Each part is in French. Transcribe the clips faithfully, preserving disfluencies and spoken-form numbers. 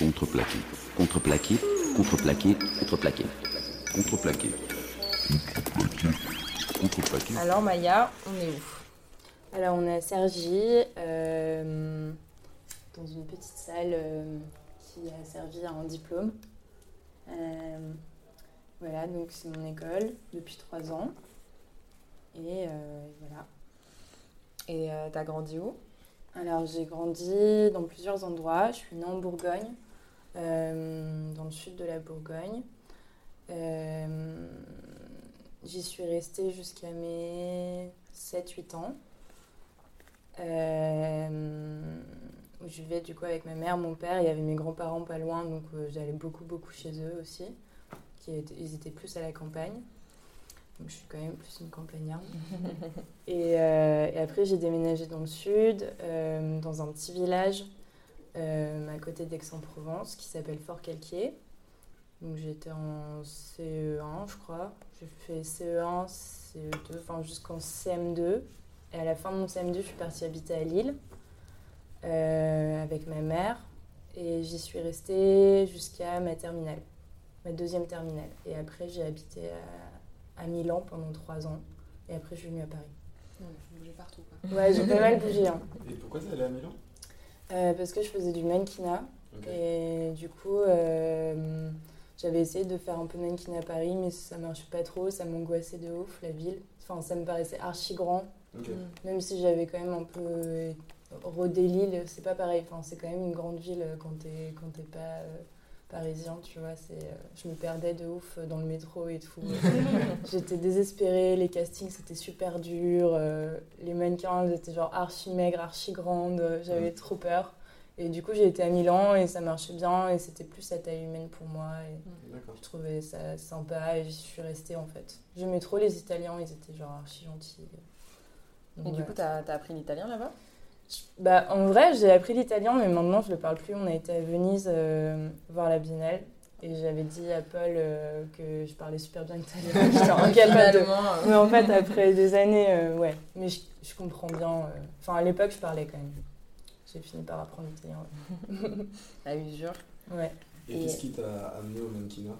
Contreplaqué. Contreplaqué. Contreplaqué. Contreplaqué. Contreplaqué. Contreplaqué. Alors Maya, on est où? Alors on est à Cergy, euh, dans une petite salle euh, qui a servi à un diplôme. Euh, voilà, donc c'est mon école depuis trois ans. Et euh, voilà. Et euh, t'as grandi où? Alors j'ai grandi dans plusieurs endroits. Je suis née en Bourgogne, euh, dans le sud de la Bourgogne. Euh, j'y suis restée jusqu'à mes sept huit ans. Euh, je vivais du coup avec ma mère, mon père, il y avait mes grands-parents pas loin, donc euh, j'allais beaucoup beaucoup chez eux aussi. Qui étaient, ils étaient plus à la campagne, donc je suis quand même plus une campagnarde. et, euh, et après j'ai déménagé dans le sud, euh, dans un petit village euh, à côté d'Aix-en-Provence qui s'appelle Fort-Calquier. Donc j'étais en C E un je crois, j'ai fait C E un, C E deux, enfin jusqu'en C M deux. Et à la fin de mon C M deux, je suis partie habiter à Lille euh, avec ma mère. Et j'y suis restée jusqu'à ma terminale, ma deuxième terminale. Et après, j'ai habité à, à Milan pendant trois ans. Et après, je suis venue à Paris. Ouais, j'ai bougé partout, quoi. Ouais, j'ai pas mal bougé. Hein. Et pourquoi t'es allée à Milan? euh, Parce que je faisais du mannequinat. Okay. Et du coup, euh, j'avais essayé de faire un peu de mannequinat à Paris, mais ça marchait pas trop. Ça m'angoissait de ouf, la ville. Enfin, ça me paraissait archi grand. Okay. Même si j'avais quand même un peu rodé Lille, c'est pas pareil. Enfin, c'est quand même une grande ville quand t'es, quand t'es pas euh, parisien, tu vois. C'est, euh, je me perdais de ouf dans le métro et tout. J'étais désespérée, les castings c'était super dur, euh, les mannequins ils étaient genre archi maigres, archi grandes, j'avais mmh. trop peur. Et du coup j'ai été à Milan et ça marchait bien et c'était plus à taille humaine pour moi. Et D'accord. Je trouvais ça sympa et j'y suis restée en fait. J'aimais trop les Italiens, ils étaient genre archi gentils. Donc, et ouais. Du coup, t'as, t'as appris l'italien là-bas? Bah, en vrai, j'ai appris l'italien, mais maintenant, je le parle plus. On a été à Venise euh, voir la Biennale. Et j'avais dit à Paul euh, que je parlais super bien italien. J'étais incapable de... Mais en fait, après des années, euh, ouais. Mais je, je comprends bien. Enfin, euh... à l'époque, je parlais quand même. J'ai fini par apprendre l'italien. Ouais. À usure. Ouais. Et, et qu'est-ce qui t'a amené au mannequinat?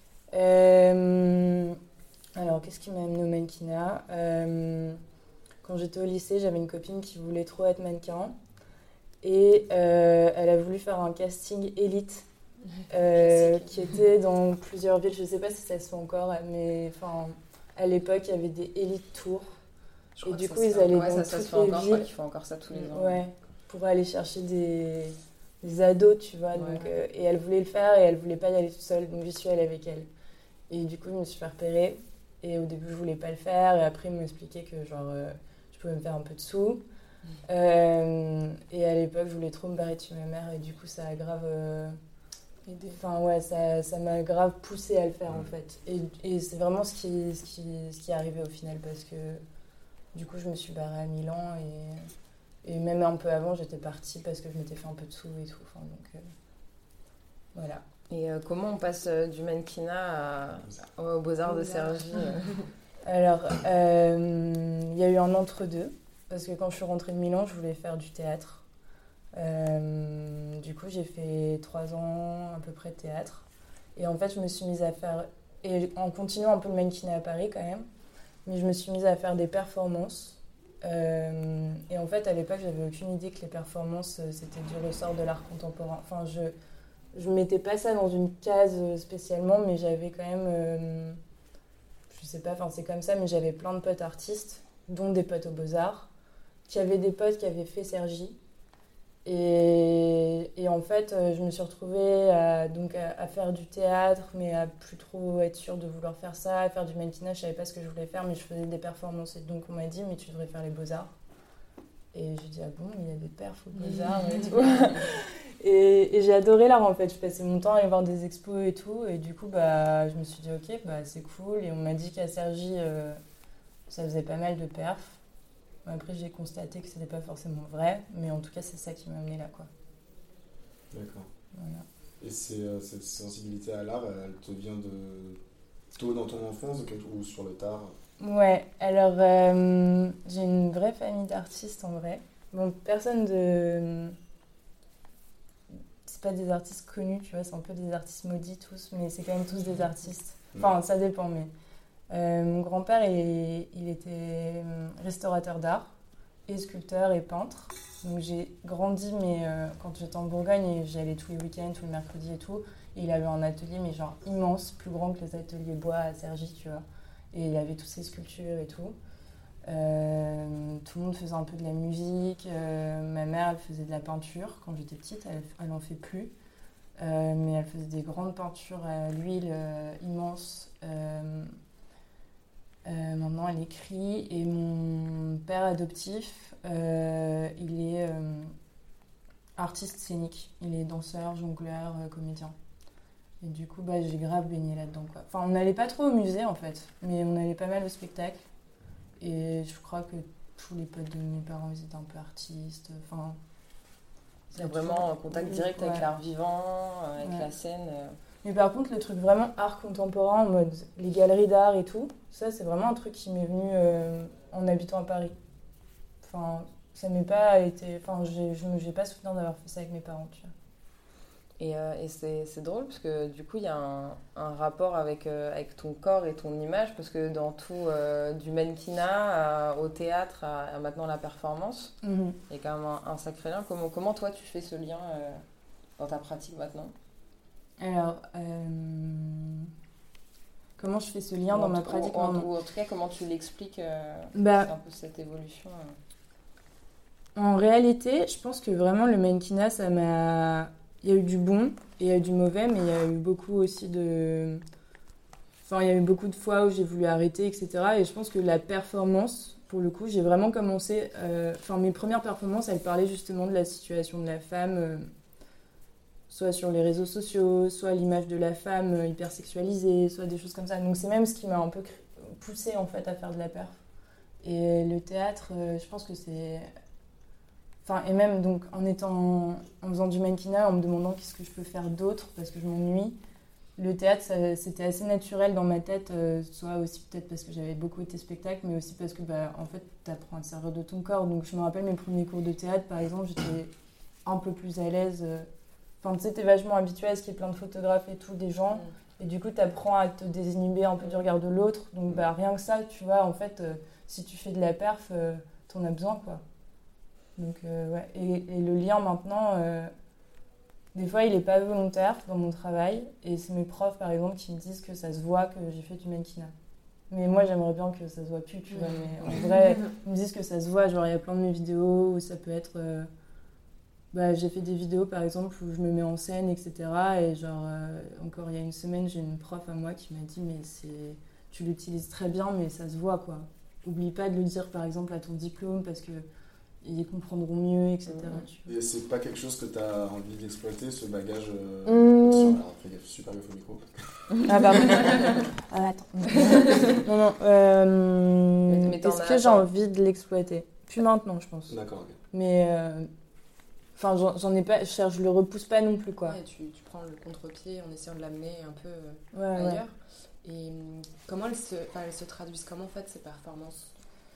euh... Alors, qu'est-ce qui m'a amené au mannequinat euh... Quand j'étais au lycée, j'avais une copine qui voulait trop être mannequin et euh, elle a voulu faire un casting élite euh, qui était dans plusieurs villes. Je ne sais pas si ça se fait encore, mais enfin, à l'époque, il y avait des élite tours. Je et du coup, ils allaient ouais, dans ça, ça toutes se fait les encore, villes. Je crois qu'ils font encore ça tous les ans. Ouais, pour aller chercher des, des ados, tu vois. Ouais, donc, ouais. Euh, et elle voulait le faire et elle ne voulait pas y aller toute seule, donc j'y suis allée avec elle. Et du coup, je me suis fait repérer. Et au début, je ne voulais pas le faire. Et après, ils m'ont expliqué que genre... Euh, je pouvais me faire un peu de sous. Mmh. Euh, et à l'époque, je voulais trop me barrer de chez ma mère et du coup, ça a grave... Euh, aidé. Enfin, ouais, ça, ça m'a grave poussée à le faire, mmh. en fait. Et, et c'est vraiment ce qui, ce, qui, ce qui est arrivé au final parce que du coup, je me suis barrée à Milan et, et même un peu avant, j'étais partie parce que je m'étais fait un peu de sous et tout. Enfin, donc, euh, voilà. Et euh, comment on passe euh, du mannequinat à, aux Beaux-Arts de Cergy euh... Alors, il euh, y a eu un entre-deux, parce que quand je suis rentrée de Milan, je voulais faire du théâtre. Euh, du coup, j'ai fait trois ans à peu près de théâtre. Et en fait, je me suis mise à faire, et en continuant un peu le mannequinat à Paris quand même, mais je me suis mise à faire des performances. Euh, et en fait, à l'époque, j'avais aucune idée que les performances, c'était du ressort de l'art contemporain. Enfin, je je mettais pas ça dans une case spécialement, mais j'avais quand même... Euh, je sais pas, enfin c'est comme ça, mais j'avais plein de potes artistes, dont des potes aux Beaux-Arts, qui avaient des potes qui avaient fait Cergy. Et, et en fait, je me suis retrouvée à, donc à, à faire du théâtre, mais à plus trop être sûre de vouloir faire ça, à faire du mannequinat, je savais pas ce que je voulais faire, mais je faisais des performances. Et donc on m'a dit, mais tu devrais faire les Beaux-Arts. Et j'ai dit, ah bon, il y a des perfs aux Beaux-Arts et tout. Et, et j'ai adoré l'art en fait, je passais mon temps à aller voir des expos et tout, et du coup bah, je me suis dit ok, bah, c'est cool, et on m'a dit qu'à Cergy euh, ça faisait pas mal de perfs. Après j'ai constaté que c'était pas forcément vrai, mais en tout cas c'est ça qui m'a amené là quoi. D'accord. Voilà. Et c'est, euh, cette sensibilité à l'art, elle te vient de tôt dans ton enfance ou sur le tard? Ouais, alors euh, j'ai une vraie famille d'artistes en vrai. Bon, personne de... c'est pas des artistes connus, tu vois, c'est un peu des artistes maudits tous, mais c'est quand même tous des artistes. Enfin, ça dépend, mais... Euh, mon grand-père, il, il était restaurateur d'art, et sculpteur et peintre. Donc j'ai grandi, mais euh, quand j'étais en Bourgogne, j'allais tous les week-ends, tous les mercredis et tout. Et il avait un atelier, mais genre immense, plus grand que les ateliers bois à Cergy, tu vois. Et il avait toutes ses sculptures et tout. Euh, tout le monde faisait un peu de la musique. Euh, ma mère, elle faisait de la peinture quand j'étais petite. Elle, elle en fait plus. Euh, mais elle faisait des grandes peintures à l'huile euh, immenses. Euh, euh, maintenant, elle écrit. Et mon père adoptif, euh, il est euh, artiste scénique. Il est danseur, jongleur, euh, comédien. Et du coup, bah, j'ai grave baigné là-dedans, quoi. Enfin, on n'allait pas trop au musée, en fait. Mais on allait pas mal au spectacle. Et je crois que tous les potes de mes parents, ils étaient un peu artistes. Enfin, il y a vraiment un contact direct ouais. avec l'art vivant, avec ouais. la scène. Mais par contre, le truc vraiment art contemporain, en mode les galeries d'art et tout, ça, c'est vraiment un truc qui m'est venu euh, en habitant à Paris. Enfin, ça m'est pas été... Enfin, j'ai, je n'ai pas souvenir d'avoir fait ça avec mes parents, tu vois. Et, euh, et c'est, c'est drôle parce que du coup il y a un, un rapport avec, euh, avec ton corps et ton image parce que dans tout, euh, du mannequinat à, au théâtre à, à maintenant la performance, mm-hmm. il y a quand même un, un sacré lien. Comment, comment toi tu fais ce lien euh, dans ta pratique maintenant ? Alors, euh, comment je fais ce lien ou dans ma pratique ou, maintenant ? Ou en tout cas comment tu l'expliques euh, bah, un peu cette évolution euh. En réalité, je pense que vraiment le mannequinat ça m'a... Il y a eu du bon et il y a eu du mauvais, mais il y a eu beaucoup aussi de... Enfin, il y a eu beaucoup de fois où j'ai voulu arrêter, et cetera. Et je pense que la performance, pour le coup, j'ai vraiment commencé... Euh... Enfin, mes premières performances, elles parlaient justement de la situation de la femme, euh... soit sur les réseaux sociaux, soit l'image de la femme hypersexualisée, soit des choses comme ça. Donc c'est même ce qui m'a un peu poussée, en fait, à faire de la perf. Et le théâtre, euh, je pense que c'est... Enfin, et même donc, en, étant, en faisant du mannequinat, en me demandant qu'est-ce que je peux faire d'autre, parce que je m'ennuie, le théâtre, ça, c'était assez naturel dans ma tête, euh, soit aussi peut-être parce que j'avais beaucoup été spectacle, mais aussi parce que, bah, en fait, tu apprends à te servir de ton corps. Donc, je me rappelle mes premiers cours de théâtre, par exemple, j'étais un peu plus à l'aise. Euh... Enfin, tu sais, t'es vachement habitué à ce qu'il y ait plein de photographes et tout, des gens, mmh. et du coup, tu apprends à te désinhiber un peu du regard de l'autre. Donc, bah, rien que ça, tu vois, en fait, euh, si tu fais de la perf, euh, t'en as besoin, quoi. Donc, euh, ouais. Et, et le lien maintenant, euh, des fois, il n'est pas volontaire dans mon travail. Et c'est mes profs, par exemple, qui me disent que ça se voit que j'ai fait du mannequinat. Mais moi, j'aimerais bien que ça se voit plus, tu vois. Mais en vrai, ils me disent que ça se voit. Genre, il y a plein de mes vidéos où ça peut être... Euh, bah, j'ai fait des vidéos, par exemple, où je me mets en scène, et cetera. Et genre, euh, encore il y a une semaine, j'ai une prof à moi qui m'a dit « Mais c'est, tu l'utilises très bien, mais ça se voit, quoi. Oublie pas de le dire, par exemple, à ton diplôme, parce que... ils comprendront mieux, et cetera. Mmh. Et c'est pas quelque chose que tu as envie d'exploiter, ce bagage euh, mmh. sur... Alors, fais gaffe, super gaffe au micro. Ah, pardon. ah, attends. non, non. Euh... Mais est-ce que j'ai envie de l'exploiter ? Plus maintenant, je pense. D'accord, ok. Mais... Enfin, euh... j'en, j'en ai pas... Je, cherche, je le repousse pas non plus, quoi. Ouais, tu, tu prends le contre-pied en essayant de l'amener un peu ouais, ailleurs. Ouais. Et comment elles se, elles se traduisent ? Comment, en fait, ces performances ?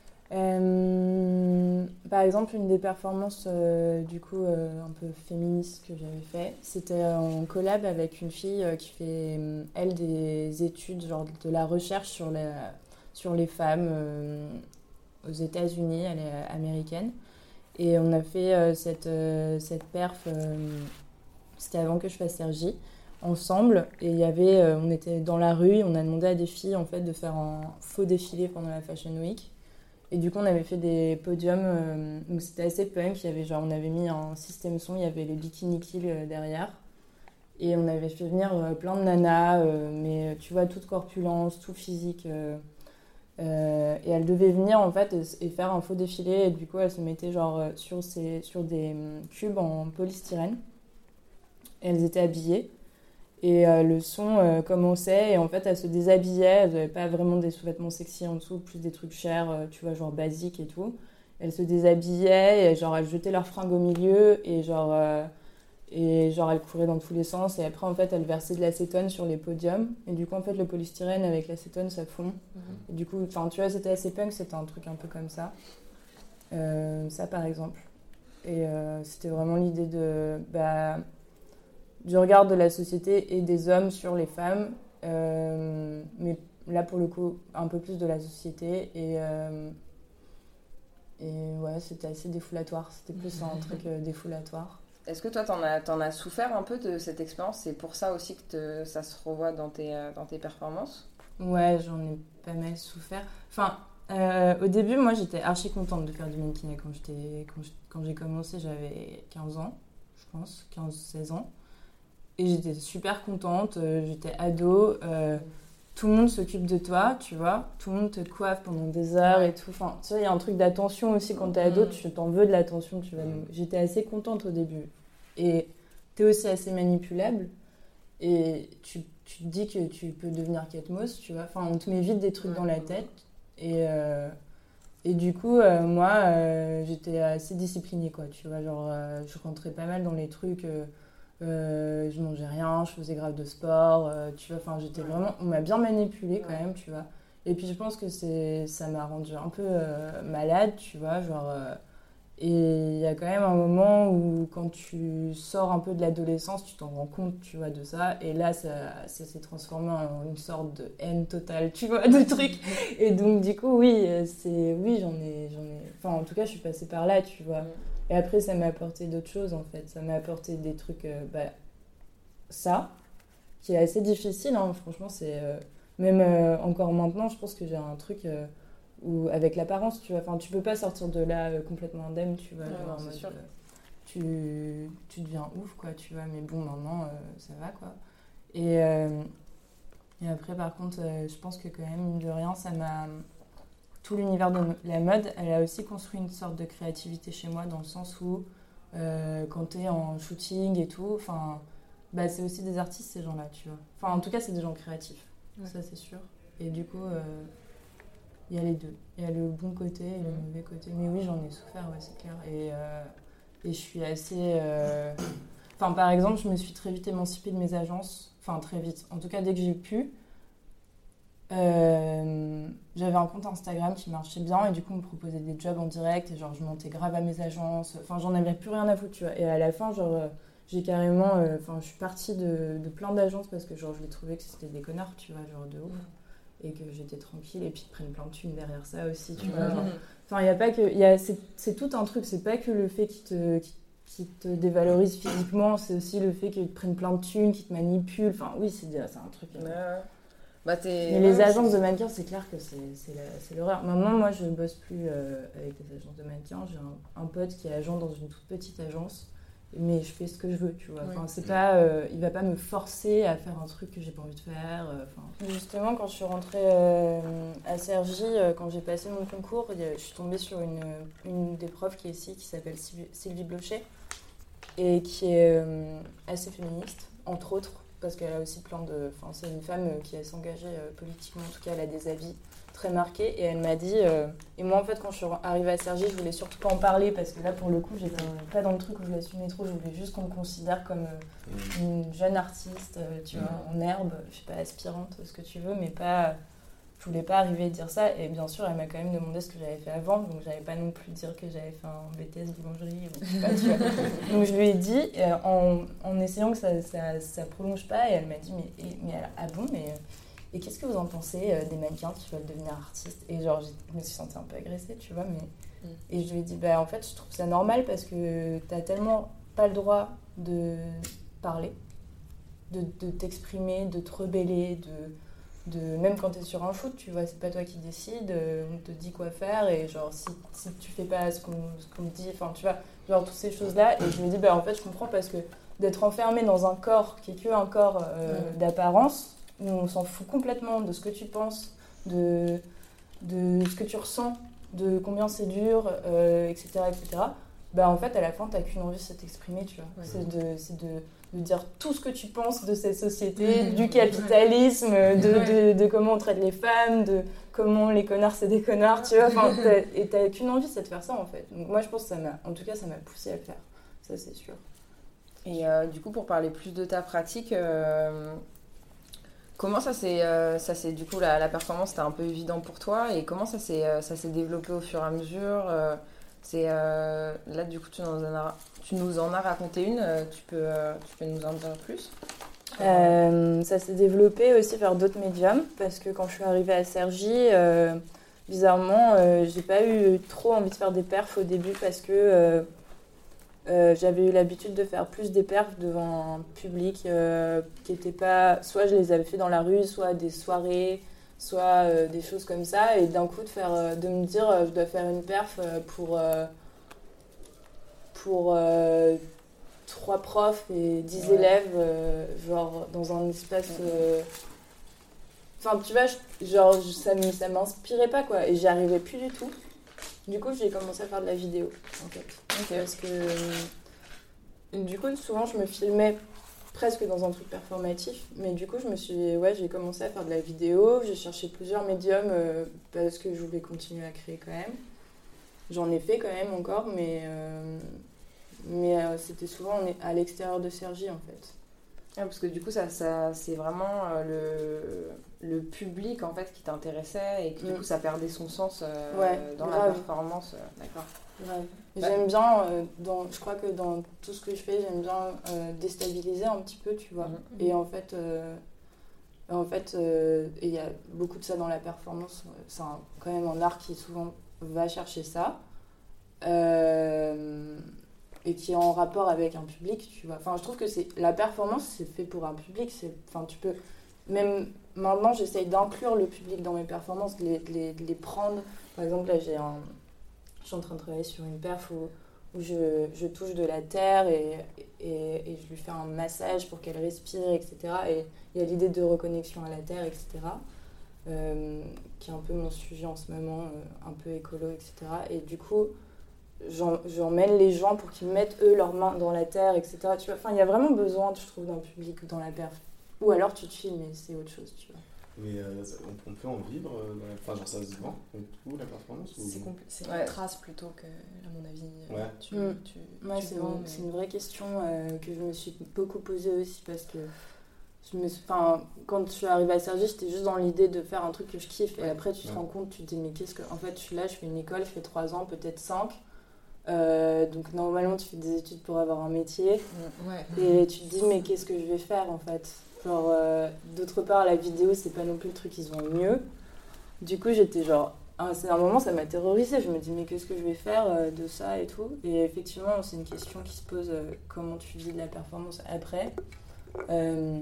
Euh, par exemple, une des performances euh, du coup euh, un peu féministes que j'avais fait, c'était en collab avec une fille euh, qui fait euh, elle des études, genre de la recherche sur, la, sur les femmes euh, aux États-Unis, elle est américaine, et on a fait euh, cette, euh, cette perf, euh, c'était avant que je fasse Cergy, ensemble, et il y avait, euh, on était dans la rue, on a demandé à des filles en fait de faire un faux défilé pendant la Fashion Week. Et du coup, on avait fait des podiums, euh, donc c'était assez punk. Il y avait, genre, on avait mis un système son, il y avait les Bikini Kill euh, derrière. Et on avait fait venir euh, plein de nanas, euh, mais tu vois, toute corpulence, tout physique. Euh, euh, et elles devaient venir, en fait, et, et faire un faux défilé. Et du coup, elles se mettaient, genre, sur, ces, sur des um, cubes en polystyrène. Et elles étaient habillées. Et euh, le son euh, commençait, et en fait, elles se déshabillaient. Elles n'avaient pas vraiment des sous-vêtements sexy en dessous, plus des trucs chers, euh, tu vois, genre basiques et tout. Elles se déshabillaient, et genre, elles jetaient leurs fringues au milieu, et genre, euh, et genre, elles couraient dans tous les sens. Et après, en fait, elles versaient de l'acétone sur les podiums. Et du coup, en fait, le polystyrène avec l'acétone, ça fond. Mm-hmm. Et du coup, enfin, tu vois, c'était assez punk, c'était un truc un peu comme ça. Euh, ça, par exemple. Et euh, c'était vraiment l'idée de... Bah, du regard de la société et des hommes sur les femmes. Euh, mais là, pour le coup, un peu plus de la société. Et, euh, et ouais, c'était assez défoulatoire. C'était plus un truc euh, défoulatoire. Est-ce que toi, t'en as, t'en as souffert un peu de cette expérience? C'est pour ça aussi que te, ça se revoit dans tes, euh, dans tes performances? Ouais, j'en ai pas mal souffert. Enfin, euh, au début, moi, j'étais archi contente de faire du mannequinat. Quand, j'étais, quand, je- quand j'ai commencé, j'avais quinze ans, je pense, quinze seize ans. Et j'étais super contente, euh, j'étais ado. euh, tout le monde s'occupe de toi, tu vois. Tout le monde te coiffe pendant des heures et tout. Enfin, tu vois, il y a un truc d'attention aussi. Quand t'es ado, Mm. tu t'en veux de l'attention. Tu vois. Donc, j'étais assez contente au début. Et t'es aussi assez manipulable. Et tu, tu te dis que tu peux devenir Katmos, tu vois. Enfin, on te met vite des trucs dans la tête. Et, euh, et du coup, euh, moi, euh, j'étais assez disciplinée, quoi. Tu vois, genre, euh, je rentrais pas mal dans les trucs. euh, euh, je mangeais rien, je faisais grave de sport. euh, tu vois, enfin, j'étais vraiment... On m'a bien manipulée, quand même, tu vois. Et puis, je pense que c'est, ça m'a rendue un peu euh, malade, tu vois, genre... euh, et il y a quand même un moment où, quand tu sors un peu de l'adolescence, tu t'en rends compte, tu vois, de ça. Et là, ça, ça s'est transformé en une sorte de haine totale, tu vois, de trucs. Et donc, du coup, oui, euh, c'est, oui, j'en ai, j'en ai... Enfin, en tout cas, je suis passée par là, tu vois. Et après, ça m'a apporté d'autres choses, en fait. Ça m'a apporté des trucs... euh, bah, ça, qui est assez difficile, hein. Franchement, c'est... euh, même euh, encore maintenant, je pense que j'ai un truc... euh, ou avec l'apparence, tu vois. Enfin, tu peux pas sortir de là euh, complètement indemne, tu vois. Ouais, genre non, en c'est mode, sûr. euh, tu, tu deviens ouf, quoi, tu vois. Mais bon, maintenant, euh, ça va, quoi. Et, euh, et après, par contre, euh, je pense que quand même, mine de rien, ça m'a... Tout l'univers de la mode, elle a aussi construit une sorte de créativité chez moi, dans le sens où, euh, quand t'es en shooting et tout, enfin, bah, c'est aussi des artistes, ces gens-là, tu vois. Enfin, en tout cas, c'est des gens créatifs, Ouais. ça, c'est sûr. Et du coup... euh, il y a les deux. Il y a le bon côté et le mauvais côté. Mais oui, j'en ai souffert, ouais, c'est clair. Et, euh, et je suis assez... euh, Enfin, par exemple, je me suis très vite émancipée de mes agences. Enfin, très vite. En tout cas, dès que j'ai pu. Euh, J'avais un compte Instagram qui marchait bien et du coup, on me proposait des jobs en direct. Et genre, je montais grave à mes agences. Enfin, j'en avais plus rien à foutre, tu vois. Et à la fin, genre... euh, j'ai carrément... euh, Enfin, je suis partie de, de plein d'agences parce que genre, je les trouvais que c'était des connards, tu vois, genre de ouf. Et que j'étais tranquille et puis ils prennent plein de thunes derrière ça aussi, tu vois. Genre. Enfin, il y a pas que... Y a, c'est, c'est tout un truc, c'est pas que le fait qu'ils te, qu'ils, qu'ils te dévalorisent physiquement, c'est aussi le fait qu'ils te prennent plein de thunes, qu'ils te manipulent. Enfin, oui, c'est, c'est un truc... Ouais, ouais. Bah, t'es... Mais ouais, les agences c'est- de mannequins, c'est clair que c'est, c'est, la, c'est l'horreur. Maintenant, moi, je bosse plus euh, avec les agences de mannequins. J'ai un, un pote qui est agent dans une toute petite agence. Mais je fais ce que je veux, tu vois. Enfin, c'est pas, euh, il va pas me forcer à faire un truc que j'ai pas envie de faire. euh, enfin. Justement, quand je suis rentrée euh, à Cergy, euh, quand j'ai passé mon concours, il y a- je suis tombée sur une, une des profs qui est ici, qui s'appelle Sylvie, Sylvie Blocher, et qui est euh, assez féministe, entre autres, parce qu'elle a aussi plein de... Enfin, c'est une femme euh, qui a s'engagé euh, politiquement, en tout cas, elle a des avis très marqués, et elle m'a dit... euh, et moi, en fait, quand je suis arrivée à Cergy, je voulais surtout pas en parler, parce que là, pour le coup, j'étais pas dans le truc où je l'assumais trop, je voulais juste qu'on me considère comme euh, une jeune artiste, euh, tu vois, en herbe, je sais pas, aspirante, ce que tu veux, mais pas... Je voulais pas arriver à dire ça, et bien sûr, elle m'a quand même demandé ce que j'avais fait avant, donc j'allais pas non plus dire que j'avais fait un B T S boulangerie, ou je sais pas, tu vois. Donc je lui ai dit, euh, en, en essayant que ça, ça, ça prolonge pas, et elle m'a dit, mais, et- mais elle- ah bon, mais... euh, Et qu'est-ce que vous en pensez euh, des mannequins qui veulent devenir artistes? Et genre, j'ai- je me suis sentie un peu agressée, tu vois, mais... Mm. Et je lui ai dit, bah en fait, je trouve ça normal parce que t'as tellement pas le droit de parler, de, de t'exprimer, de te rebeller, de... De, même quand t'es sur un shoot, tu vois, c'est pas toi qui décide, euh, on te dit quoi faire, et genre, si, si tu fais pas ce qu'on, ce qu'on te dit, enfin, tu vois, genre, toutes ces choses-là, et je me dis, bah, en fait, je comprends parce que d'être enfermé dans un corps qui est que un corps euh, Ouais. d'apparence, où on s'en fout complètement de ce que tu penses, de, de ce que tu ressens, de combien c'est dur, euh, et cetera, et cetera, bah, en fait, à la fin, t'as qu'une envie, c'est de t'exprimer, tu vois, Ouais. c'est de... C'est de de dire tout ce que tu penses de cette société, du capitalisme, de, de, de comment on traite les femmes, de comment les connards c'est des connards, tu vois. Enfin, t'as, et t'as qu'une envie, c'est de faire ça en fait. Donc moi je pense que ça m'a, en tout cas ça m'a poussée à le faire, ça c'est sûr. Et euh, du coup, pour parler plus de ta pratique, euh, comment ça s'est, euh, ça s'est, du coup, la, la performance, c'était un peu évident pour toi, et comment ça s'est, euh, ça s'est développé au fur et à mesure euh, C'est, euh, là, du coup, tu nous, en as, tu nous en as raconté une. euh, Tu peux, euh, tu peux nous en dire plus? Euh, ça s'est développé aussi vers d'autres médiums parce que quand je suis arrivée à Cergy, euh, bizarrement, euh, j'ai pas eu trop envie de faire des perfs au début parce que euh, euh, j'avais eu l'habitude de faire plus des perfs devant un public euh, qui était pas. Soit je les avais fait dans la rue, soit des soirées, soit euh, des choses comme ça. Et d'un coup, de, faire, euh, de me dire euh, je dois faire une perf euh, pour. Euh, pour euh, trois profs et dix Ouais. élèves, euh, genre dans un espace. euh, Enfin, tu vois, je- genre, je- ça ne ça m'inspirait pas, quoi. Et j'y arrivais plus du tout. Du coup, j'ai commencé à faire de la vidéo, en fait. Parce que. euh, Du coup, souvent, je me filmais presque dans un truc performatif. Mais du coup, je me suis. Ouais, j'ai commencé à faire de la vidéo. J'ai cherché plusieurs médiums euh, parce que je voulais continuer à créer quand même. J'en ai fait quand même encore, mais. euh, Mais euh, c'était souvent à l'extérieur de Cergy, en fait. Ah, parce que du coup, ça, ça, c'est vraiment euh, le, le public en fait qui t'intéressait et que du Mm. coup, ça perdait son sens euh, Ouais, dans la grave. performance. euh, D'accord. Grave. Et Bah. J'aime bien, euh, dans, je crois que dans tout ce que je fais, j'aime bien euh, déstabiliser un petit peu, tu vois. Mhm. Et en fait, euh, en fait, euh, et il y a beaucoup de ça dans la performance. C'est un- quand même un art qui souvent va chercher ça. Euh, et qui est en rapport avec un public, tu vois. Enfin, je trouve que c'est la performance, c'est fait pour un public. C'est, enfin, tu peux même maintenant, j'essaye d'inclure le public dans mes performances, de les, de les, de les prendre. Par exemple, là, j'ai un, je suis en train de travailler sur une perf où, où je, je touche de la terre et, et, et je lui fais un massage pour qu'elle respire, et cetera. Et il y a l'idée de reconnexion à la terre, et cetera. Euh, qui est un peu mon sujet en ce moment, euh, un peu écolo, et cetera. Et du coup, j'en- j'emmène les gens pour qu'ils mettent eux leurs mains dans la terre, et cetera. Tu vois, enfin, il y a vraiment besoin, je trouve, d'un public dans la perf. Ou alors tu te filmes, mais c'est autre chose, tu vois. Mais euh, ça- on, on peut en vivre, euh, dans la- enfin genre ça se vend, et tout, la performance ou... C'est compl- c'est Ouais. une trace plutôt que, à mon avis, euh, Ouais. tu, Mm. tu, Ouais, tu c'est vends, une, mais- c'est une vraie question euh, que je me suis beaucoup posée aussi parce que je me suis, enfin, quand je suis arrivée à Cergy, j'étais juste dans l'idée de faire un truc que je kiffe. Et après, tu te Ouais. rends compte, tu te dis, mais qu'est-ce que. En fait, je suis là, je fais une école, je fais trois ans, peut-être cinq. Euh, donc, normalement, tu fais des études pour avoir un métier. Ouais. Et tu te dis, mais qu'est-ce que je vais faire en fait? Genre, euh, d'autre part, la vidéo, c'est pas non plus le truc qui se vend le mieux. Du coup, j'étais genre. Ah, c'est un moment, ça m'a terrorisée. Je me dis, mais qu'est-ce que je vais faire euh, de ça et tout? Et effectivement, c'est une question qui se pose euh, comment tu vis de la performance après. Euh,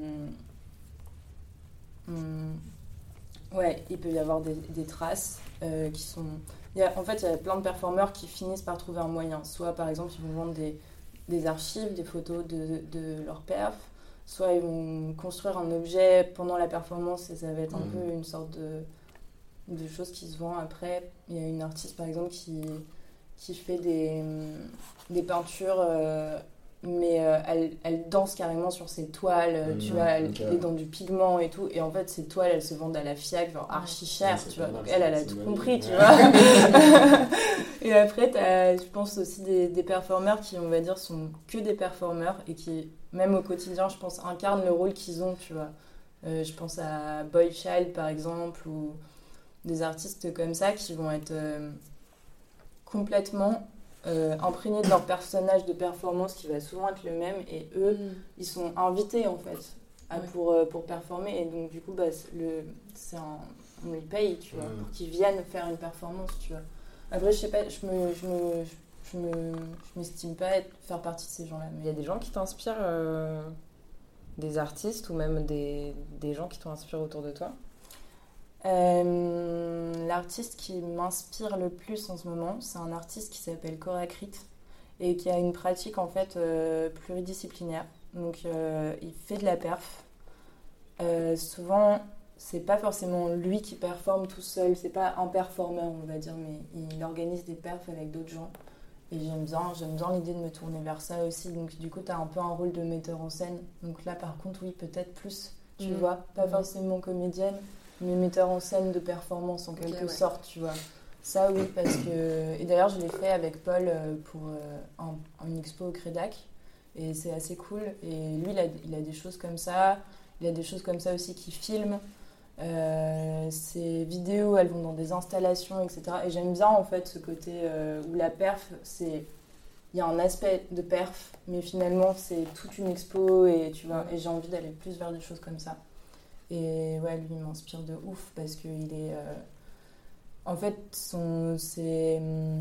hum, ouais, il peut y avoir des, des traces euh, qui sont. Il y a, en fait, il y a plein de performeurs qui finissent par trouver un moyen. Soit, par exemple, ils vont vendre des, des archives, des photos de, de leur perf. Soit ils vont construire un objet pendant la performance et ça va être un Mhm. peu une sorte de, de chose qui se vend après. Il y a une artiste par exemple qui, qui fait des, des peintures, euh, mais euh, elle, elle danse carrément sur ses toiles, euh, tu Mhm. vois, elle Ok. est dans du pigment et tout. Et en fait, ces toiles, elles se vendent à la FIAC, genre archi cher, Ouais, c'est tu pas vois. mal, Donc elle, elle a c'est tout une compris, bonne tu idée. vois. Et après, t'as, je pense aussi des, des performeurs qui, on va dire, sont que des performeurs et qui, même au quotidien, je pense, incarnent le rôle qu'ils ont, tu vois. Euh, je pense à Boy Child, par exemple, ou des artistes comme ça qui vont être euh, complètement euh, imprégnés de leur personnage de performance qui va souvent être le même et eux, Mm. ils sont invités en fait à- Ouais. pour, euh, pour performer et donc du coup bah, c'est le, c'est un, on les paye tu vois, Mm. pour qu'ils viennent faire une performance tu vois. Après je sais pas, je me, je me, je me, je m'estime pas être, faire partie de ces gens là Il y mais a des gens qui t'inspirent, euh, des artistes ou même des, des gens qui t'ont inspiré autour de toi? Euh, l'artiste qui m'inspire le plus en ce moment, c'est un artiste qui s'appelle Korakrit et qui a une pratique en fait euh, pluridisciplinaire. Donc euh, il fait de la perf. Euh, souvent, c'est pas forcément lui qui performe tout seul, c'est pas un performeur on va dire, mais il organise des perfs avec d'autres gens. Et j'aime bien, j'aime bien l'idée de me tourner vers ça aussi. Donc du coup, t'as un peu un rôle de metteur en scène. Donc là, par contre, oui, peut-être plus, tu Mhm. vois, pas Mhm. forcément comédienne, mais metteur en scène de performance en Ok, quelque ouais. sorte, tu vois. Ça, oui, parce que... Et d'ailleurs, je l'ai fait avec Paul euh, pour euh, un, une expo au Crédac. Et c'est assez cool. Et lui, il a, il a des choses comme ça. Il a des choses comme ça aussi qui filme. Euh, ces vidéos, elles vont dans des installations, et cetera. Et j'aime bien en fait ce côté euh, où la perf, c'est il y a un aspect de perf, mais finalement c'est toute une expo et tu vois. Et j'ai envie d'aller plus vers des choses comme ça. Et ouais, lui il m'inspire de ouf parce que il est, euh, en fait, son c'est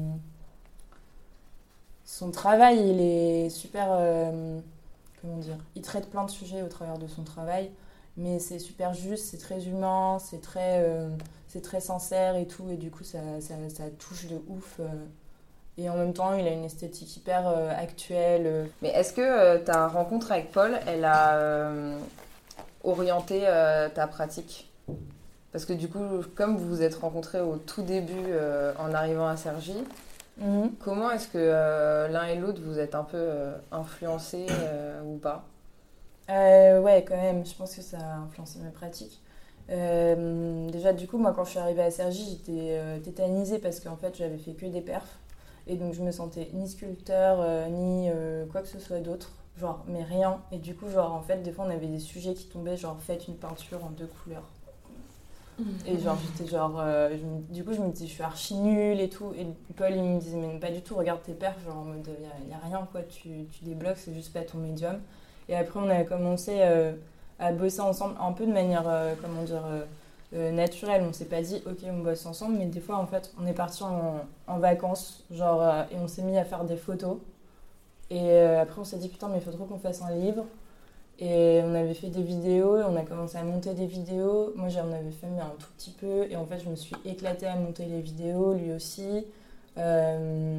son travail, il est super, euh, comment dire, il traite plein de sujets au travers de son travail. Mais c'est super juste, c'est très humain, c'est très, euh, c'est très sincère et tout, et du coup ça, ça, ça touche de ouf. Euh, et en même temps, il a une esthétique hyper euh, actuelle. Euh. Mais est-ce que euh, ta rencontre avec Paul, elle a euh, orienté euh, ta pratique? Parce que du coup, comme vous vous êtes rencontrés au tout début euh, en arrivant à Cergy, mm-hmm. comment est-ce que euh, l'un et l'autre vous êtes un peu euh, influencés euh, ou pas? Euh, ouais, quand même, je pense que ça a influencé mes pratiques. Euh, déjà, du coup, moi, quand je suis arrivée à Cergy, j'étais euh, tétanisée parce qu'en fait, j'avais fait que des perfs. Et donc, je me sentais ni sculpteur, euh, ni euh, quoi que ce soit d'autre. Genre, mais rien. Et du coup, genre, en fait, des fois, on avait des sujets qui tombaient, genre, faites une peinture en deux couleurs. Mmh. Et genre, j'étais genre... Euh, je me, du coup, je me disais, je suis archi nulle et tout. Et Paul, il me disait, mais pas du tout, regarde tes perfs. Genre, en mode, il n'y a, a rien, quoi. Tu, tu débloques, c'est juste pas ton médium. Et après, on a commencé euh, à bosser ensemble un peu de manière, euh, comment dire, euh, euh, naturelle. On s'est pas dit, ok, on bosse ensemble, mais des fois, en fait, on est partis en, en vacances, genre, euh, et on s'est mis à faire des photos. Et euh, après, on s'est dit, putain, mais il faut trop qu'on fasse un livre. Et on avait fait des vidéos, et on a commencé à monter des vidéos. Moi, j'en avais fait mais un tout petit peu. Et en fait, je me suis éclatée à monter les vidéos, lui aussi. Euh,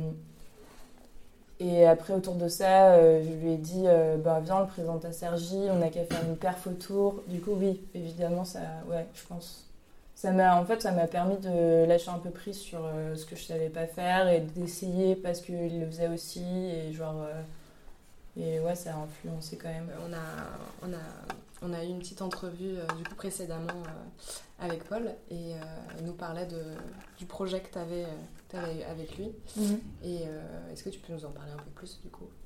Et après, autour de ça, euh, je lui ai dit euh, bah, viens, on le présente à Cergy, on n'a qu'à faire une perf autour. Du coup, oui, évidemment, ça, ouais, je pense. Ça m'a, en fait, ça m'a permis de lâcher un peu prise sur euh, ce que je savais pas faire et d'essayer parce qu'il le faisait aussi. Et genre. Euh, et ouais, ça a influencé quand même. On a, on a, on a eu une petite entrevue euh, du coup précédemment euh, avec Paul et euh, il nous parlait de, du projet que tu avais euh, avec lui. Mm-hmm. Et euh, est-ce que tu peux nous en parler un peu plus du coup?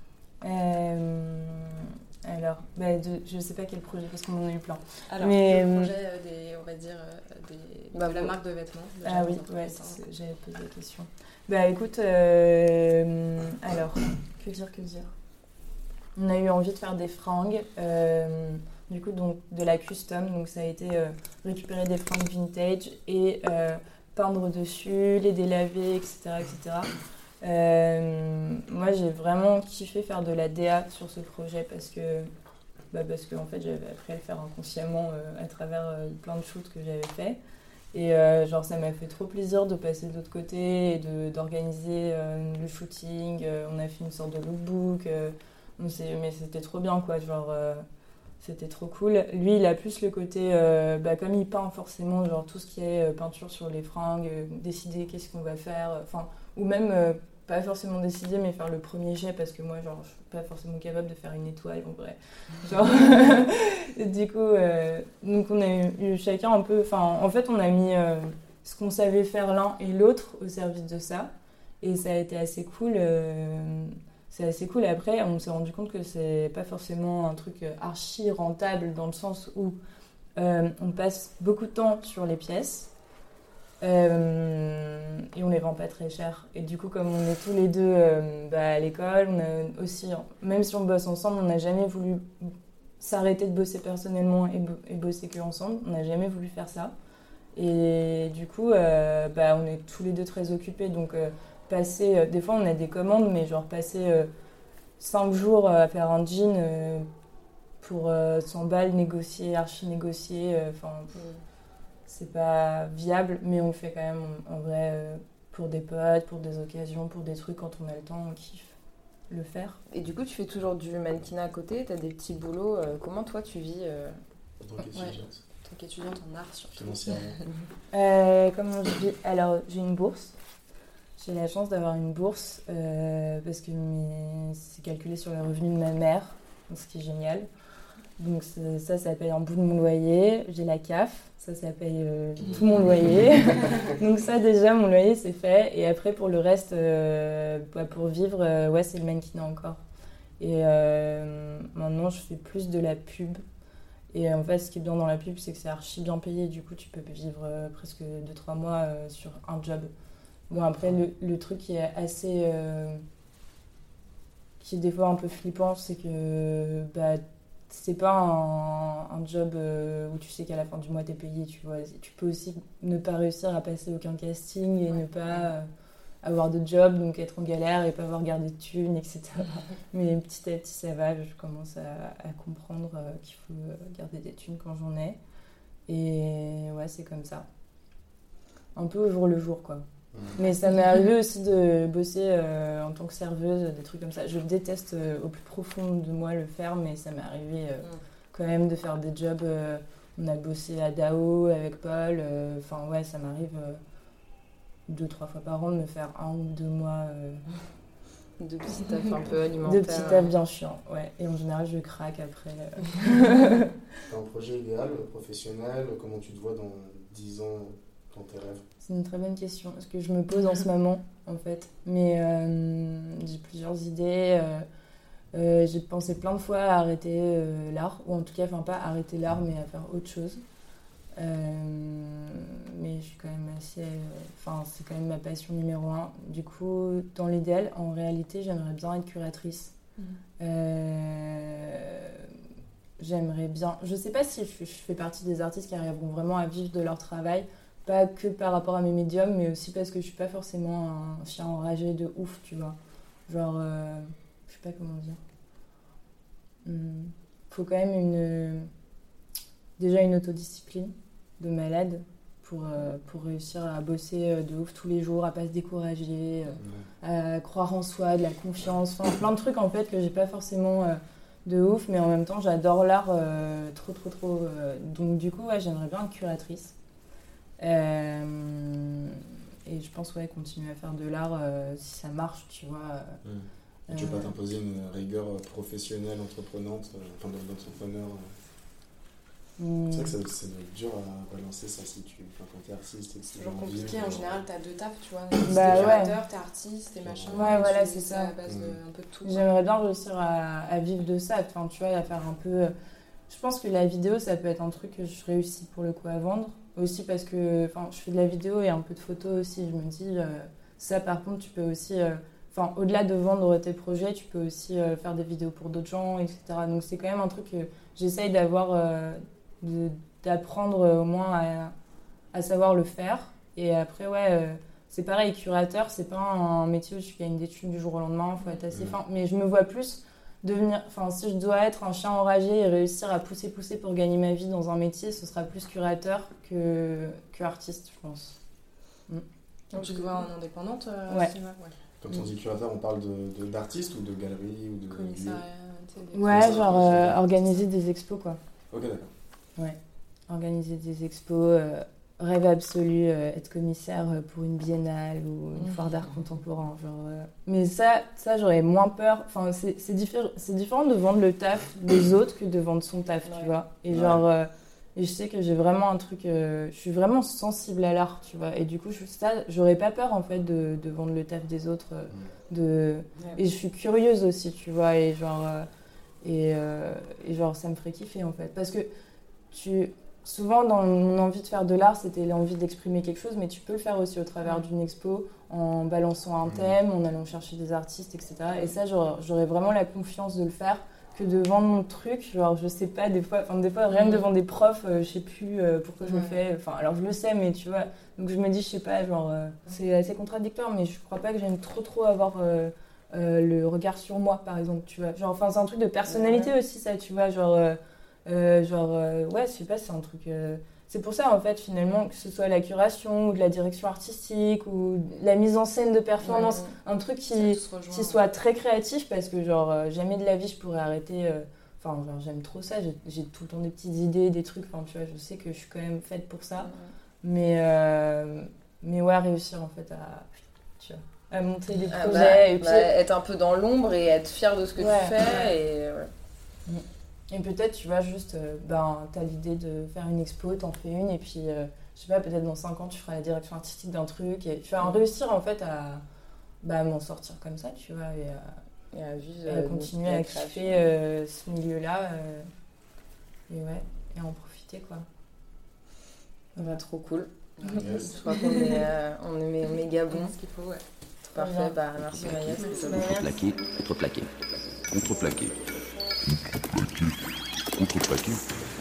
euh, Alors, bah, de, je sais pas quel projet parce qu'on en a eu plein. Alors, mais, le projet euh, des, on va dire, euh, des, bah, de la marque de vêtements. Ah oui, ouais, j'avais posé la question. Bah écoute, euh, alors, que dire, que dire On a eu envie de faire des fringues, euh, du coup donc de la custom, donc ça a été euh, récupérer des fringues vintage et euh, peindre dessus, les délaver, et cetera, et cetera. Euh, moi j'ai vraiment kiffé faire de la D A sur ce projet parce que, bah parce que en fait j'avais appris à le faire inconsciemment euh, à travers euh, plein de shoots que j'avais fait. Et euh, genre ça m'a fait trop plaisir de passer de l'autre côté et de, d'organiser euh, le shooting. Euh, on a fait une sorte de lookbook. Euh, mais c'était trop bien quoi, genre euh, c'était trop cool. Lui il a plus le côté euh, bah, comme il peint forcément genre tout ce qui est euh, peinture sur les fringues, euh, décider qu'est-ce qu'on va faire, enfin ou même euh, pas forcément décider mais faire le premier jet parce que moi genre je suis pas forcément capable de faire une étoile en vrai, genre du coup euh, donc on a eu, eu chacun un peu, enfin en fait on a mis euh, ce qu'on savait faire l'un et l'autre au service de ça et ça a été assez cool. euh, C'est assez cool. Et après, on s'est rendu compte que c'est pas forcément un truc archi rentable dans le sens où euh, on passe beaucoup de temps sur les pièces euh, et on les vend pas très cher. Et du coup, comme on est tous les deux euh, bah, à l'école, on a aussi, même si on bosse ensemble, on n'a jamais voulu s'arrêter de bosser personnellement et, bo- et bosser que ensemble. On n'a jamais voulu faire ça. Et du coup, euh, bah, on est tous les deux très occupés. Donc, euh, passer, euh, des fois on a des commandes, mais genre passer euh, cinq jours euh, à faire un jean euh, pour euh, cent balles, négocier, archi négocier, enfin euh, mm. c'est pas viable, mais on le fait quand même en, en vrai euh, pour des potes, pour des occasions, pour des trucs quand on a le temps, on kiffe le faire. Et du coup tu fais toujours du mannequinat à côté, t'as des petits boulots, euh, comment toi tu vis euh... En tant qu'étudiante. Ouais. En tant qu'étudiante en art surtout. euh, Comment je vis? Alors j'ai une bourse. J'ai la chance d'avoir une bourse euh, parce que mes... c'est calculé sur le revenu de ma mère, ce qui est génial. Donc ça, ça paye un bout de mon loyer. J'ai la C A F, ça, ça paye euh, tout mon loyer. Donc ça déjà, mon loyer, c'est fait. Et après, pour le reste, euh, bah, pour vivre, euh, ouais, c'est le mannequinat encore. Et euh, maintenant, je fais plus de la pub. Et en fait, ce qui est bien dans la pub, c'est que c'est archi bien payé. Du coup, tu peux vivre euh, presque deux trois mois euh, sur un job. Bon, après, le, le truc qui est assez... Euh, qui est des fois un peu flippant, c'est que bah, c'est pas un, un job euh, où tu sais qu'à la fin du mois, t'es payé, tu vois. Tu peux aussi ne pas réussir à passer aucun casting et ouais. ne pas euh, avoir de job, donc être en galère et pas avoir gardé de thunes, et cetera. Mais petit à petit, ça va. Je commence à, à comprendre euh, qu'il faut garder des thunes quand j'en ai. Et ouais, c'est comme ça. Un peu au jour le jour, quoi. Mais ça m'est arrivé aussi de bosser euh, en tant que serveuse, des trucs comme ça. Je déteste euh, au plus profond de moi le faire, mais ça m'est arrivé euh, mm. quand même de faire des jobs. Euh, on a bossé à Dao avec Paul. Enfin, euh, ouais, ça m'arrive euh, deux, trois fois par an de me faire un ou deux mois. Euh, de petits tafs un peu alimentaires. De petits tafs bien chiants, ouais. Et en général, je craque après. Euh. T'as un projet idéal, professionnel, comment tu te vois dans dix ans, dans tes rêves? C'est une très bonne question, parce que je me pose en ce moment, en fait. Mais euh, j'ai plusieurs idées. Euh, euh, j'ai pensé plein de fois à arrêter euh, l'art, ou en tout cas, enfin pas arrêter l'art, mais à faire autre chose. Euh, mais je suis quand même assez... Enfin, euh, c'est quand même ma passion numéro un. Du coup, dans l'idéal, en réalité, j'aimerais bien être curatrice. Mmh. Euh, j'aimerais bien... Je sais pas si je, je fais partie des artistes qui arriveront vraiment à vivre de leur travail, pas que par rapport à mes médiums, mais aussi parce que je suis pas forcément un chien enragé de ouf, tu vois. Genre, euh, je sais pas comment dire. Hum, faut quand même une... Déjà une autodiscipline de malade pour, euh, pour réussir à bosser de ouf tous les jours, à pas se décourager, euh, à croire en soi, de la confiance, enfin plein de trucs en fait que j'ai pas forcément euh, de ouf, mais en même temps j'adore l'art euh, trop trop trop. Euh, donc du coup ouais, j'aimerais bien être curatrice. Euh, et je pense ouais, continuer à faire de l'art euh, si ça marche, tu vois. Mmh. Euh, tu veux pas t'imposer une rigueur professionnelle, entreprenante, euh, enfin d'entrepreneur euh. Mmh. C'est vrai que ça, ça doit être dur à balancer ça si tu enfin, quand t'es artiste et que c'est toujours compliqué, en général t'as deux tafs, tu vois. Bah, t'es ouais. créateur, t'es artiste, t'es machin. Ouais, voilà, tu, c'est ça. à la base mmh. de un peu de tout. J'aimerais bien réussir à, à vivre de ça, enfin, tu vois, à faire un peu. Je pense que la vidéo, ça peut être un truc que je réussis pour le coup à vendre. Aussi parce que enfin, je fais de la vidéo et un peu de photos aussi. Je me dis, euh, ça par contre, tu peux aussi. Enfin, euh, au-delà de vendre tes projets, tu peux aussi euh, faire des vidéos pour d'autres gens, et cetera. Donc c'est quand même un truc que j'essaye d'avoir. Euh, de, d'apprendre euh, au moins à, à savoir le faire. Et après, ouais, euh, c'est pareil, curateur, c'est pas un métier où tu gagnes des thunes du jour au lendemain, il faut être assez fin. Mais je me vois plus devenir... Enfin, si je dois être un chien enragé et réussir à pousser, pousser pour gagner ma vie dans un métier, ce sera plus curateur que, que artiste, je pense. Mm. Donc tu te vois en indépendante euh, ouais. ouais. Quand on dit curateur, on parle de, de, d'artiste ou de galerie ou de... Commissariat, ouais, genre euh, organiser des expos, quoi. Ok, d'accord. Ouais. Organiser des expos, euh, rêve absolu, euh, être commissaire pour une biennale ou une mmh. foire d'art contemporain. Genre, euh... Mais ça, ça j'aurais moins peur. Enfin, c'est, c'est, diffé- c'est différent de vendre le taf des autres que de vendre son taf, ouais. tu vois. Et ouais. genre, euh, et je sais que j'ai vraiment un truc... Euh, je suis vraiment sensible à l'art, tu vois. Et du coup, je, ça, j'aurais pas peur, en fait, de, de vendre le taf des autres. Euh, de... Ouais. Et je suis curieuse aussi, tu vois. Et genre, euh, et, euh, et genre, ça me ferait kiffer, en fait. Parce que tu... Souvent, dans mon envie de faire de l'art, c'était l'envie d'exprimer quelque chose, mais tu peux le faire aussi au travers d'une expo, en balançant un thème, en allant chercher des artistes, et cetera. Et ça, j'aurais, j'aurais vraiment la confiance de le faire que de vendre mon truc. Genre, je sais pas, des fois, enfin, des fois rien que devant des profs, euh, je sais plus euh, pourquoi je le fais. Enfin, alors je le sais, mais tu vois. Donc je me dis, je sais pas, genre, euh, c'est assez contradictoire, mais je crois pas que j'aime trop, trop avoir euh, euh, le regard sur moi, par exemple, tu vois. Genre, enfin, c'est un truc de personnalité ouais. aussi, ça, tu vois, genre. Euh, Euh, genre, euh, ouais, je sais pas, c'est un truc... Euh... C'est pour ça, en fait, finalement, que ce soit la curation ou de la direction artistique ou la mise en scène de performance, ouais, un truc qui, qui soit très créatif parce que, genre, euh, jamais de la vie, je pourrais arrêter... Enfin, euh... genre, j'aime trop ça, j'ai, j'ai tout le temps des petites idées, des trucs, enfin, tu vois, je sais que je suis quand même faite pour ça. Ouais. Mais, euh... mais ouais, réussir, en fait, à... Tu vois, à monter des ah projets bah, et puis... bah, être un peu dans l'ombre et être fier de ce que ouais, tu fais ouais. et... Ouais. Mm. Et peut-être, tu vois, juste, euh, ben, t'as l'idée de faire une expo, t'en fais une, et puis, euh, je sais pas, peut-être dans cinq ans, tu feras la direction artistique d'un truc, et tu vas réussir, en fait, à bah, m'en sortir comme ça, tu vois, et à, et à, vivre, et à continuer à kiffer euh, ce milieu-là. Euh, et ouais. et en profiter, quoi. Bah, trop cool. Yes. Je crois qu'on est, euh, on est mé- méga Bon, bon. ce qu'il faut, ouais. Parfait, bah, merci Maïs. Contreplaqué, contreplaqué, contreplaqué, contreplaqué, contreplaqué.